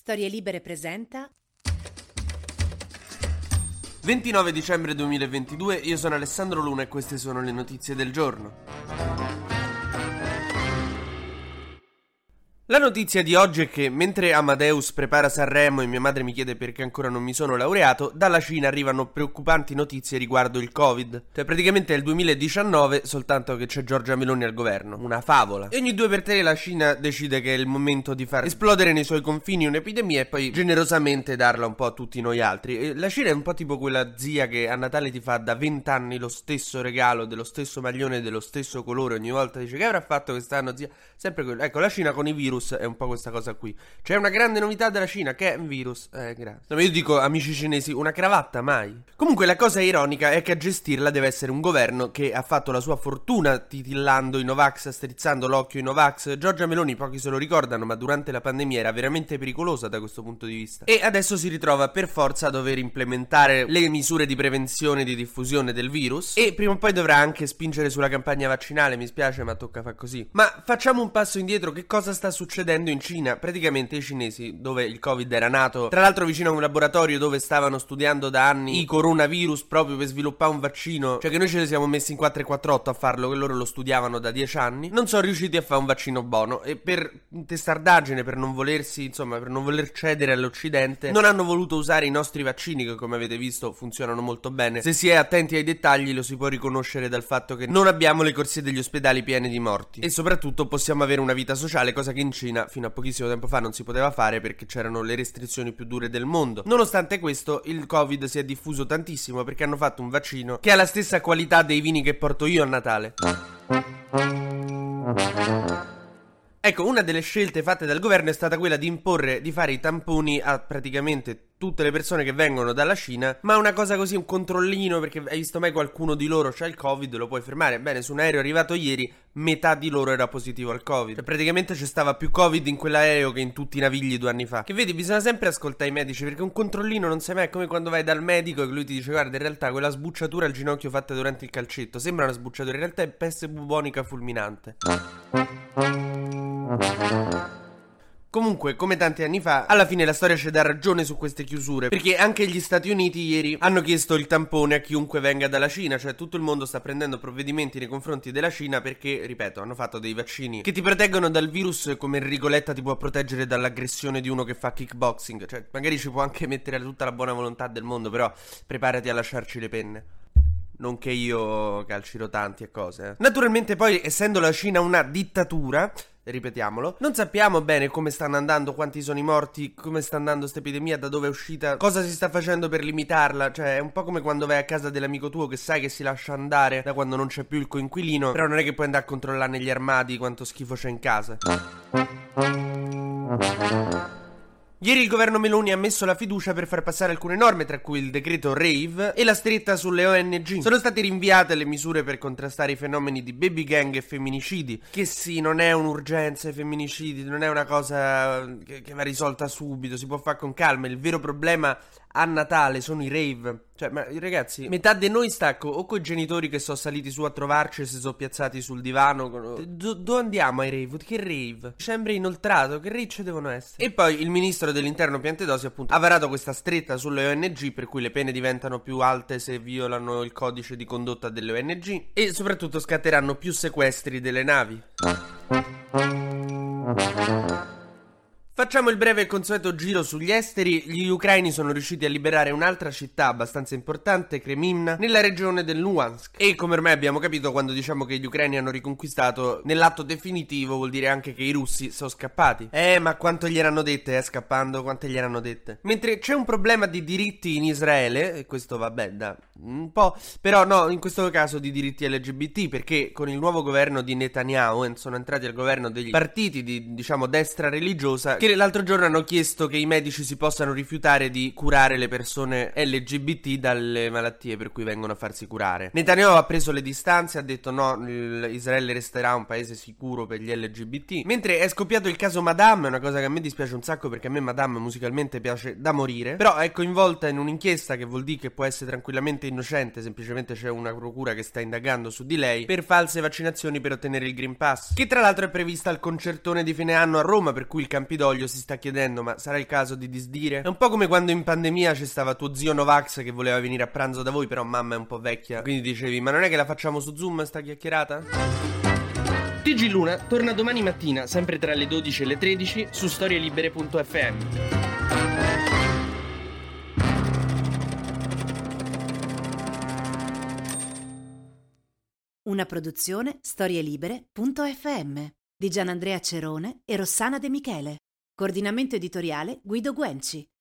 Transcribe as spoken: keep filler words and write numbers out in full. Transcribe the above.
Storie Libere presenta ventinove dicembre duemilaventidue, io sono Alessandro Luna e queste sono le notizie del giorno. La notizia di oggi è che mentre Amadeus prepara Sanremo e mia madre mi chiede perché ancora non mi sono laureato, dalla Cina arrivano preoccupanti notizie riguardo il Covid. Cioè praticamente è il duemiladiciannove, soltanto che c'è Giorgia Meloni al governo. Una favola. E ogni due per tre la Cina decide che è il momento di far esplodere nei suoi confini un'epidemia e poi generosamente darla un po' a tutti noi altri. E la Cina è un po' tipo quella zia che a Natale ti fa da vent'anni lo stesso regalo, dello stesso maglione, dello stesso colore. Ogni volta dice: che avrà fatto quest'anno, zia? Sempre quello. Ecco, la Cina con i virus è un po' questa cosa qui. C'è una grande novità della Cina che è un virus. Eh, grazie. No, ma io dico, amici cinesi, una cravatta mai. Comunque la cosa ironica è che a gestirla deve essere un governo che ha fatto la sua fortuna titillando i Novax, strizzando l'occhio ai Novax. Giorgia Meloni, pochi se lo ricordano, ma durante la pandemia era veramente pericolosa da questo punto di vista. E adesso si ritrova per forza a dover implementare le misure di prevenzione e di diffusione del virus. E prima o poi dovrà anche spingere sulla campagna vaccinale. Mi spiace, ma tocca far così. Ma facciamo un passo indietro. Che cosa sta succedendo in Cina? Praticamente i cinesi, dove il Covid era nato, tra l'altro vicino a un laboratorio dove stavano studiando da anni i coronavirus proprio per sviluppare un vaccino, cioè che noi ce ne siamo messi in quattro e quattro otto a farlo, che loro lo studiavano da dieci anni, non sono riusciti a fare un vaccino buono e per testardaggine, per non volersi, insomma, per non voler cedere all'Occidente, non hanno voluto usare i nostri vaccini che, come avete visto, funzionano molto bene. Se si è attenti ai dettagli lo si può riconoscere dal fatto che non abbiamo le corsie degli ospedali piene di morti e soprattutto possiamo avere una vita sociale, cosa che in Cina fino a pochissimo tempo fa non si poteva fare perché c'erano le restrizioni più dure del mondo. Nonostante questo, il Covid si è diffuso tantissimo perché hanno fatto un vaccino che ha la stessa qualità dei vini che porto io a Natale. Ecco, una delle scelte fatte dal governo è stata quella di imporre di fare i tamponi a praticamente tutte le persone che vengono dalla Cina, ma una cosa così, un controllino, perché hai visto mai qualcuno di loro c'ha il Covid, lo puoi fermare. Bene, su un aereo arrivato ieri, metà di loro era positivo al Covid. Cioè, praticamente c'è stava più Covid in quell'aereo che in tutti i Navigli due anni fa. Che vedi, bisogna sempre ascoltare i medici, perché un controllino non sai mai, è come quando vai dal medico e lui ti dice: guarda, in realtà quella sbucciatura al ginocchio fatta durante il calcetto sembra una sbucciatura, in realtà è peste bubonica fulminante. Comunque, come tanti anni fa, alla fine la storia ci dà ragione su queste chiusure, perché anche gli Stati Uniti ieri hanno chiesto il tampone a chiunque venga dalla Cina. Cioè tutto il mondo sta prendendo provvedimenti nei confronti della Cina perché, ripeto, hanno fatto dei vaccini che ti proteggono dal virus come Enrico Letta ti può proteggere dall'aggressione di uno che fa kickboxing. Cioè magari ci può anche mettere tutta la buona volontà del mondo, però preparati a lasciarci le penne. Non che io calciro tanti e cose, eh. Naturalmente poi, essendo la Cina una dittatura, ripetiamolo, non sappiamo bene come stanno andando, quanti sono i morti, come sta andando questa epidemia, da dove è uscita, cosa si sta facendo per limitarla. Cioè è un po' come quando vai a casa dell'amico tuo che sai che si lascia andare da quando non c'è più il coinquilino, però non è che puoi andare a controllare negli armadi quanto schifo c'è in casa. Ieri il governo Meloni ha messo la fiducia per far passare alcune norme, tra cui il decreto Rave e la stretta sulle O N G. Sono state rinviate le misure per contrastare i fenomeni di baby gang e femminicidi. Che sì, non è un'urgenza i femminicidi, non è una cosa che, che va risolta subito, si può fare con calma. Il vero problema a Natale sono i rave. Cioè, ma ragazzi, metà di noi stacco o coi genitori che sono saliti su a trovarci e si sono piazzati sul divano con... Do- dove andiamo ai rave? Che rave? Dicembre inoltrato, che ricce devono essere? E poi il ministro dell'interno Piantedosi appunto ha varato questa stretta sulle O N G, per cui le pene diventano più alte se violano il codice di condotta delle O N G e soprattutto scatteranno più sequestri delle navi. Facciamo il breve e consueto giro sugli esteri. Gli ucraini sono riusciti a liberare un'altra città abbastanza importante, Kremimna, nella regione del Luhansk. E come ormai abbiamo capito, quando diciamo che gli ucraini hanno riconquistato, nell'atto definitivo vuol dire anche che i russi sono scappati. Eh, ma quanto gliel'hanno dette, eh, scappando, quante gliel'hanno dette? Mentre c'è un problema di diritti in Israele, e questo vabbè da un po', però no, in questo caso di diritti L G B T, perché con il nuovo governo di Netanyahu sono entrati al governo degli partiti di, diciamo, destra religiosa, che l'altro giorno hanno chiesto che i medici si possano rifiutare di curare le persone L G B T dalle malattie per cui vengono a farsi curare. Netanyahu ha preso le distanze, ha detto no, Israele resterà un paese sicuro per gli L G B T. Mentre è scoppiato il caso Madame, una cosa che a me dispiace un sacco perché a me Madame musicalmente piace da morire, però è coinvolta in un'inchiesta che vuol dire che può essere tranquillamente innocente, semplicemente c'è una procura che sta indagando su di lei per false vaccinazioni per ottenere il Green Pass, che tra l'altro è prevista al concertone di fine anno a Roma, per cui il Campidoglio voglio si sta chiedendo, ma sarà il caso di disdire? È un po' come quando in pandemia c'è stava tuo zio Novax che voleva venire a pranzo da voi, però mamma è un po' vecchia, quindi dicevi, ma non è che la facciamo su Zoom sta chiacchierata? T G Luna torna domani mattina, sempre tra le dodici e le tredici, su storielibere punto effe emme. Una produzione storielibere punto effe emme di Gianandrea Cerone e Rossana De Michele. Coordinamento editoriale Guido Guenci.